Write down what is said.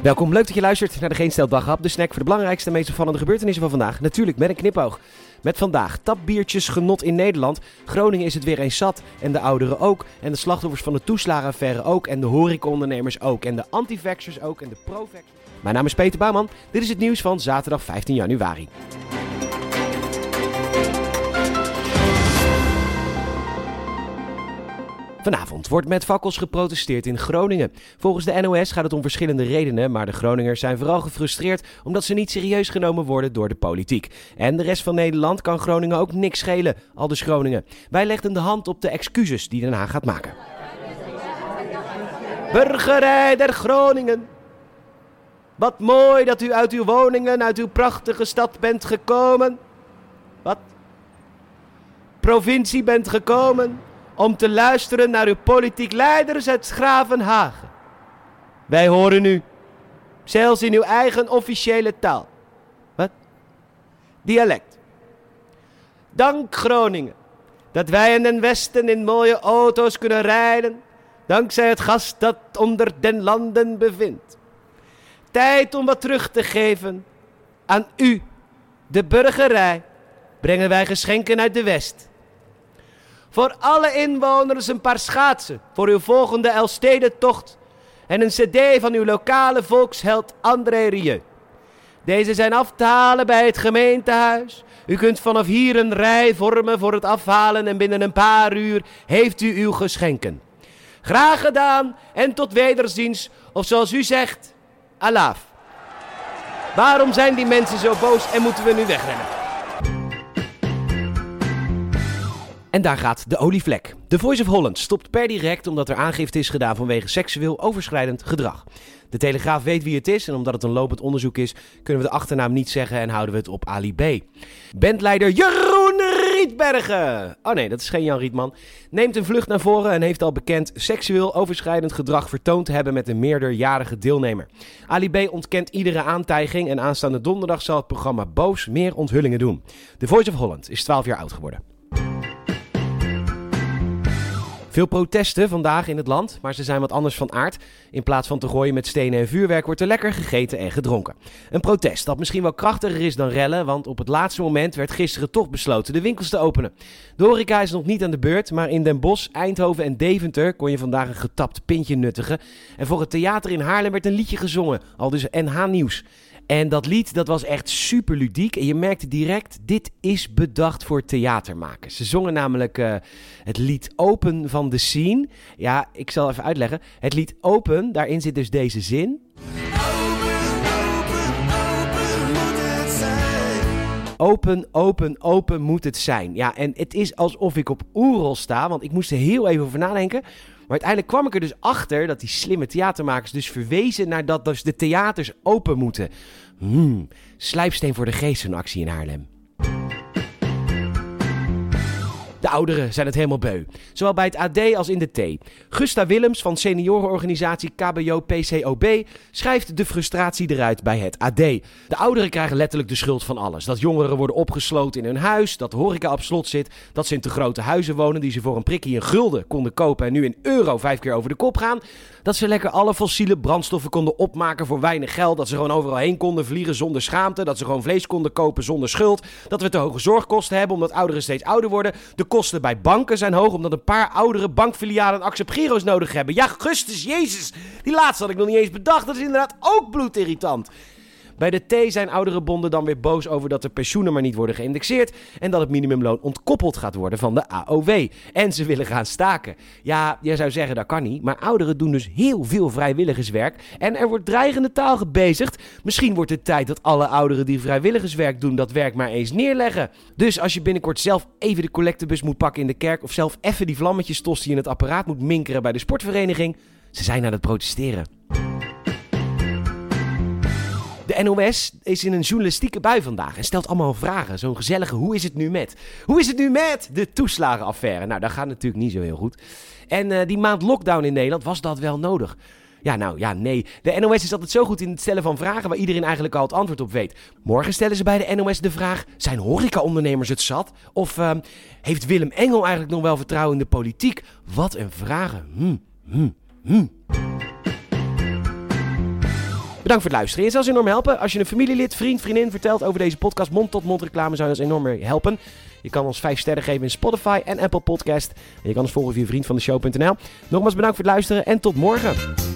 Welkom, leuk dat je luistert naar de Geen Stel Daghap, de snack voor de belangrijkste en meest opvallende gebeurtenissen van vandaag. Natuurlijk met een knipoog. Met vandaag tapbiertjesgenot in Nederland. Groningen is het weer eens zat en de ouderen ook. En de slachtoffers van de toeslagenaffaire ook. En de horecaondernemers ook. En de anti-vaxxers ook. En de pro-vaxxers. Mijn naam is Peter Bouwman. Dit is het nieuws van zaterdag 15 januari. Vanavond wordt met fakkels geprotesteerd in Groningen. Volgens de NOS gaat het om verschillende redenen, maar de Groningers zijn vooral gefrustreerd omdat ze niet serieus genomen worden door de politiek. En de rest van Nederland kan Groningen ook niks schelen, aldus Groningen. Wij legden de hand op de excuses die Den Haag gaat maken. Burgerij der Groningen. Wat mooi dat u uit uw woningen, uit uw prachtige stad bent gekomen. Wat? Provincie bent gekomen om te luisteren naar uw politiek leiders uit 's Gravenhage. Wij horen u, zelfs in uw eigen officiële taal. Wat? Dialect. Dank Groningen, dat wij in den Westen in mooie auto's kunnen rijden, dankzij het gas dat onder den landen bevindt. Tijd om wat terug te geven aan u, de burgerij, brengen wij geschenken uit de West. Voor alle inwoners een paar schaatsen voor uw volgende Elfstedentocht en een cd van uw lokale volksheld André Rieu. Deze zijn af te halen bij het gemeentehuis. U kunt vanaf hier een rij vormen voor het afhalen en binnen een paar uur heeft u uw geschenken. Graag gedaan en tot wederziens, of zoals u zegt, alaaf. Waarom zijn die mensen zo boos en moeten we nu wegrennen? En daar gaat de olievlek. The Voice of Holland stopt per direct omdat er aangifte is gedaan vanwege seksueel overschrijdend gedrag. De Telegraaf weet wie het is en omdat het een lopend onderzoek is, kunnen we de achternaam niet zeggen en houden we het op Ali B. Bandleider Jeroen Rietbergen, oh nee, dat is geen Jan Rietman, neemt een vlucht naar voren en heeft al bekend seksueel overschrijdend gedrag vertoond te hebben met een meerderjarige deelnemer. Ali B ontkent iedere aantijging en aanstaande donderdag zal het programma Boos meer onthullingen doen. The Voice of Holland is 12 jaar oud geworden. Veel protesten vandaag in het land, maar ze zijn wat anders van aard. In plaats van te gooien met stenen en vuurwerk wordt er lekker gegeten en gedronken. Een protest dat misschien wel krachtiger is dan rellen, want op het laatste moment werd gisteren toch besloten de winkels te openen. De horeca is nog niet aan de beurt, maar in Den Bosch, Eindhoven en Deventer kon je vandaag een getapt pintje nuttigen. En voor het theater in Haarlem werd een liedje gezongen, aldus NH Nieuws. En dat lied, dat was echt super ludiek en je merkte direct, dit is bedacht voor theatermakers. Ze zongen namelijk het lied Open van The Scene. Ja, ik zal even uitleggen. Het lied Open, daarin zit dus deze zin. Open, open, open moet het zijn. Ja, en het is alsof ik op oerol sta, want ik moest er heel even over nadenken. Maar uiteindelijk kwam ik er dus achter dat die slimme theatermakers dus verwezen naar dat dus de theaters open moeten. Slijpsteen voor de geest, zo'n actie in Haarlem. De ouderen zijn het helemaal beu. Zowel bij het AD als in de T. Gusta Willems van seniorenorganisatie KBO-PCOB schrijft de frustratie eruit bij het AD. De ouderen krijgen letterlijk de schuld van alles. Dat jongeren worden opgesloten in hun huis, dat de horeca op slot zit, dat ze in te grote huizen wonen die ze voor een prikkie in gulden konden kopen en nu in euro 5 keer over de kop gaan. Dat ze lekker alle fossiele brandstoffen konden opmaken voor weinig geld, dat ze gewoon overal heen konden vliegen zonder schaamte, dat ze gewoon vlees konden kopen zonder schuld, dat we te hoge zorgkosten hebben omdat ouderen steeds ouder worden. De kosten bij banken zijn hoog omdat een paar oudere bankfilialen accept-giro's nodig hebben. Ja, Augustus, Jezus, die laatste had ik nog niet eens bedacht. Dat is inderdaad ook bloedirritant. Bij de T zijn oudere bonden dan weer boos over dat de pensioenen maar niet worden geïndexeerd en dat het minimumloon ontkoppeld gaat worden van de AOW. En ze willen gaan staken. Ja, jij zou zeggen dat kan niet, maar ouderen doen dus heel veel vrijwilligerswerk en er wordt dreigende taal gebezigd. Misschien wordt het tijd dat alle ouderen die vrijwilligerswerk doen dat werk maar eens neerleggen. Dus als je binnenkort zelf even de collectebus moet pakken in de kerk of zelf even die vlammetjes tosti in het apparaat moet minkeren bij de sportvereniging, ze zijn aan het protesteren. De NOS is in een journalistieke bui vandaag en stelt allemaal vragen. Zo'n gezellige hoe is het nu met? Hoe is het nu met de toeslagenaffaire? Nou, dat gaat natuurlijk niet zo heel goed. En die maand lockdown in Nederland, was dat wel nodig? Ja, nou ja, nee. De NOS is altijd zo goed in het stellen van vragen waar iedereen eigenlijk al het antwoord op weet. Morgen stellen ze bij de NOS de vraag, zijn horecaondernemers het zat? Of heeft Willem Engel eigenlijk nog wel vertrouwen in de politiek? Wat een vragen. Bedankt voor het luisteren. Je zou ons enorm helpen. Als je een familielid, vriend, vriendin vertelt over deze podcast, mond-tot-mond reclame, zou je ons enorm helpen. Je kan ons 5 sterren geven in Spotify en Apple Podcast. En je kan ons volgen via vriendvandeshow.nl. Nogmaals bedankt voor het luisteren en tot morgen.